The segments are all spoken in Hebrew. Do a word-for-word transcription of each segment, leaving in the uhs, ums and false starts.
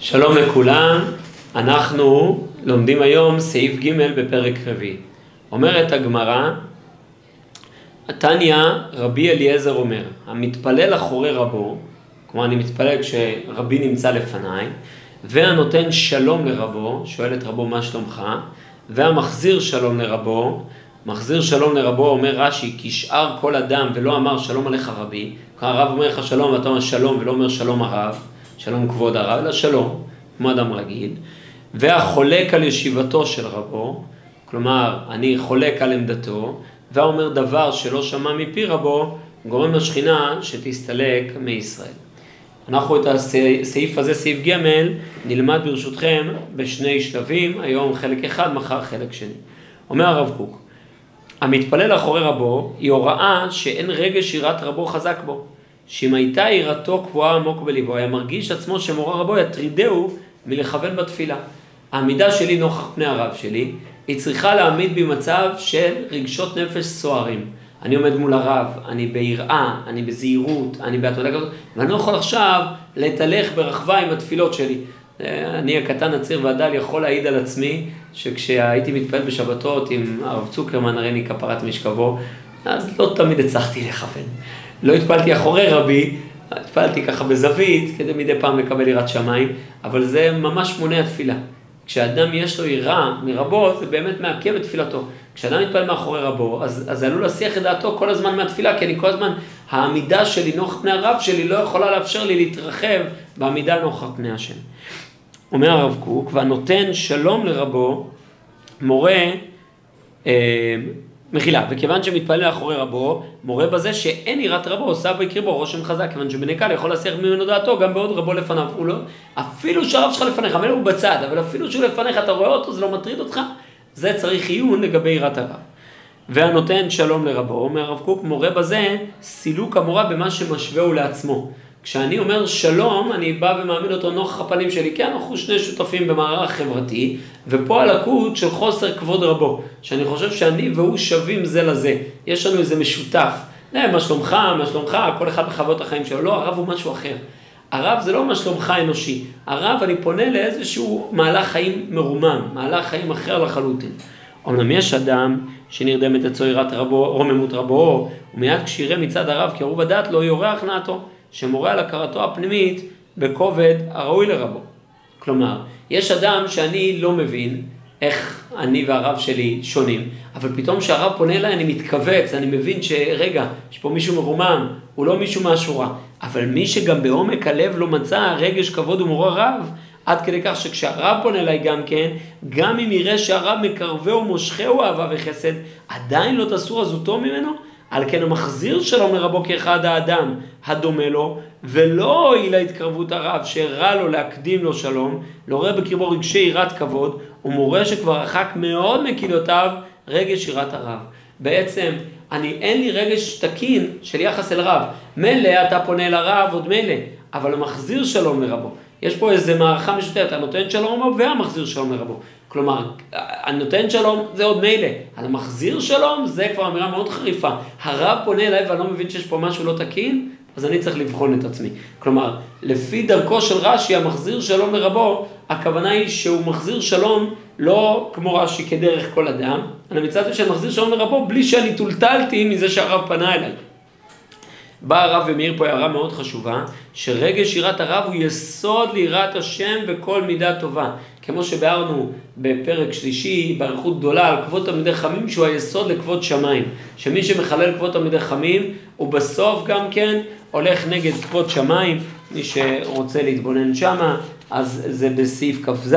שלום לכולם, אנחנו לומדים היום סעיף ג' בפרק רביעי. אומרת הגמרא, תניא רבי אליעזר אומר, המתפלל אחורי רבו, כלומר אני מתפלל כשרבי נמצא לפניי, והנותן שלום לרבו, שואל את רבו מה שלומך, והמחזיר שלום לרבו, מחזיר שלום לרבו אומר רש"י, כי שאר כל אדם ולא אמר שלום עליך רבי, כלומר הרב אומר לך שלום ואתה אומר שלום ולא אומר שלום הרב, שלום כבוד הרב, אלא שלום, כמו אדם רגיל, והחולק על ישיבתו של רבו, כלומר אני חולק על עמדתו, והאומר דבר שלא שמע מפי רבו, גורם לשכינה שתסתלק מישראל. אנחנו את הסעיף הזה, סעיף ג', נלמד ברשותכם בשני שלבים, היום חלק אחד, מחר חלק שני. אומר הרב קוק, המתפלל אחורי רבו היא הוראה שאין רגש יראת רבו חזק בו, שאם הייתה יראתו קבועה עמוק בליבו, היה מרגיש עצמו שמורה רבו יטרידהו מלכוון בתפילה. העמידה שלי נוכח פני הרב שלי, היא צריכה להעמיד במצב של רגשות נפש סוערים. אני עומד מול הרב, אני ביראה, אני בזהירות, אני בהתמדה כזאת, ואני לא יכול עכשיו להתהלך ברחבה עם התפילות שלי. אני הקטן הצעיר והדל יכול להעיד על עצמי, שכשהייתי מתפעל בשבתות עם הרב צוקרמן, הריני כפרת משכבו, אז לא תמיד הצלחתי לכוון. לא התפעלתי אחורי רבי, התפעלתי ככה בזווית, כדי מדי פעם לקבל יראת שמיים, אבל זה ממש מונע תפילה. כשאדם יש לו יראה מרבו, זה באמת מעכב את תפילתו. כשאדם מתפעל מאחורי רבו, אז, אז עלול להסיח את דעתו כל הזמן מהתפילה, כי אני כל הזמן, העמידה שלי נוכח פני הרב שלי לא יכולה לאפשר לי להתרחב בעמידה נוכח פני השם. אומר הרב קוק, והנותן שלום לרבו, מורה, אה, מחילה, וכיוון שמתפלל אחורי רבו, מורה בזה שאין יראת רבו, עושה בקרבו רושם חזק, כיוון שבנקל יכול להסיח ממנו דעתו, גם בעוד רבו לפניו, הוא לא, אפילו שהרב שלך לפניך, מלא הוא בצד, אבל אפילו שהוא לפניך, אתה רואה אותו, זה לא מטריד אותך, זה צריך עיון לגבי יראת הרב. והנותן שלום לרבו, אומר הרב קוק, מורה בזה, סילוק המורה במה שמשווהו לעצמו. כשאני אומר שלום, אני בא ומעמיד אותו נוכח הפנים שלי, כי אנחנו שני שותפים במערך חברתי, ופה הלקות של חוסר כבוד רבו, שאני חושב שאני והוא שווים זה לזה. יש לנו איזה משותף, מה שלומך, מה שלומך, כל אחד בחוויות החיים שלו, לא, הרב הוא משהו אחר. הרב זה לא מה שלומך אנושי, הרב אני פונה לאיזשהו מהלך חיים מרומם, מהלך חיים אחר לחלוטין. אמנם יש אדם שנרדמת אצלו יראת רבו, רוממות רבו, ומיד כשיראה מצד הרב כערוב הדעת לא יורה הכנעתו, שמורה על הכרתו הפנימית בכובד הראוי לרבו. כלומר, יש אדם שאני לא מבין איך אני והרב שלי שונים, אבל פתאום שהרב פונה אליי אני מתכווץ, אני מבין שרגע, יש פה מישהו מרומם, הוא לא מישהו מהשורה, אבל מי שגם בעומק הלב לא מצא רגש כבוד ומורה רב, עד כדי כך שכשהרב פונה אליי גם כן, גם אם יראה שהרב מקרבהו ומושכהו אהבה וחסד, עדיין לא תסור עזותו ממנו, על כן המחזיר שלום לרבו כאחד האדם הדומה לו, ולא הועילה התקרבות הרב שהראה לו להקדים לו שלום, לא רואה בקרבו רגשי יראת כבוד, ומורה שכבר רחק מאוד מקהילותיו רגש יראת הרב. בעצם אני, אין לי רגש תקין של יחס אל רב. מלא אתה פונה אל הרב עוד מלא, אבל המחזיר שלום לרבו. יש פה איזה מערכה משותפת, הנותן שלום לרבו והמחזיר שלום לרבו. כלומר, הנותן שלום זה עוד מילא, המחזיר שלום זה כבר אמירה מאוד חריפה. הרב פונה אליי ואני לא מבין שיש פה משהו לא תקין, אז אני צריך לבחון את עצמי. כלומר, לפי דרכו של רש"י, המחזיר שלום לרבו, הכוונה היא שהוא מחזיר שלום לא כמו רש"י כדרך כל אדם, אני מצאתי שאני מחזיר שלום לרבו בלי שאני טולטלתי מזה שהרב פנה אליי. בא הרב ומאיר פה הערה מאוד חשובה, שרגש יראת הרב הוא יסוד ליראת השם וכל מידה טובה. כמו שבארנו בפרק שלישי, באריכות גדולה, על כבוד תלמידי חכמים, שהוא היסוד לכבוד שמיים. שמי שמחלל כבוד תלמידי חכמים, הוא בסוף גם כן הולך נגד כבוד שמיים. מי שרוצה להתבונן שמה, אז זה בסעיף כ"ז,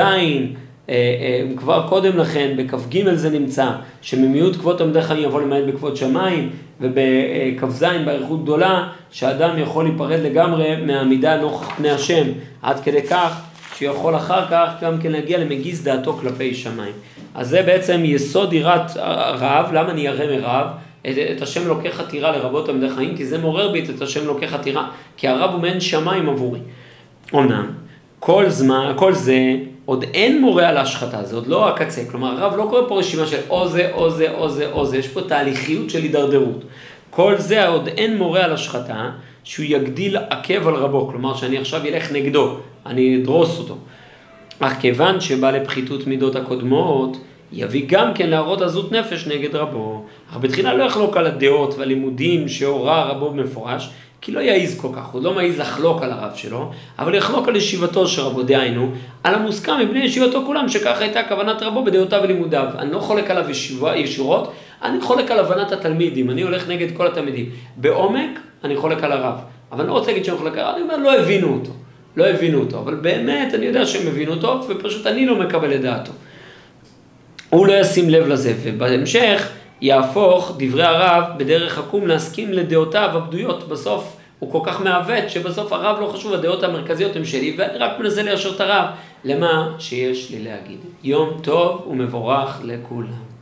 כבר קודם לכן, בכ"ג זה נמצא, שממיעוט כבוד תלמידי חכמים יבוא למעט בכבוד שמיים, ובכ"ז באריכות גדולה, שאדם יכול להיפרד לגמרי מהעמידה נוכח פני השם, עד כדי כך שיכול אחר כך גם כן להגיע למגיז דעתו כלפי שמיים. אז זה בעצם יסוד יראת הרב. למה אני ירא מרב? את, את השם לוקח חתירה לרבות תלמידי חכמים, כי זה מעורר בי את השם לוקח חתירה, כי הרב הוא מעין שמיים עבורי. אומנם, כל זמן, כל זה, עוד אין מורה על ההשחתה, זה עוד לא הקצה, כלומר הרב לא קורא פה רשימה של או זה, או זה, או זה, או זה, יש פה תהליכיות של הידרדרות. כל זה עוד אין מורה על השחתה, שהוא יגדיל עקב על רבו, כלומר שאני עכשיו ילך נגדו, אני אדרוס אותו. אך כיוון שבא לפחיתות מידות הקודמות, יביא גם כן להראות עזות נפש נגד רבו. אך בתחילה לא יחלוק על הדעות והלימודים שהורה רבו במפורש, כי לא יעיז כל כך, הוא לא מעיז לחלוק על הרב שלו, אבל יחלוק על ישיבתו של רבו, דהיינו, על המוסכם מבני ישיבתו כולם, שככה הייתה כוונת רבו בדעותיו ולימודיו. אני לא חולק עליו ישירות, אני חולק על הבנת התלמידים, אני הולך נגד כל התלמידים. בעומק, אני חולק על הרב, אבל אני לא רוצה להגיד שאני חולק על הרב, אני אומר, לא הבינו אותו, לא הבינו אותו, אבל באמת אני יודע שהם הבינו אותו, ופשוט אני לא מקבל את דעתו. הוא לא ישים לב לזה, ובהמשך יהפוך דברי הרב בדרך עקום להסכים לדעותיו הבדויות. בסוף הוא כל כך מעוות שבסוף הרב לא חשוב, הדעות המרכזיות הן שלי, ואני רק מנסה ליישר את הרב למה שיש לי להגיד. יום טוב ומבורך לכולם.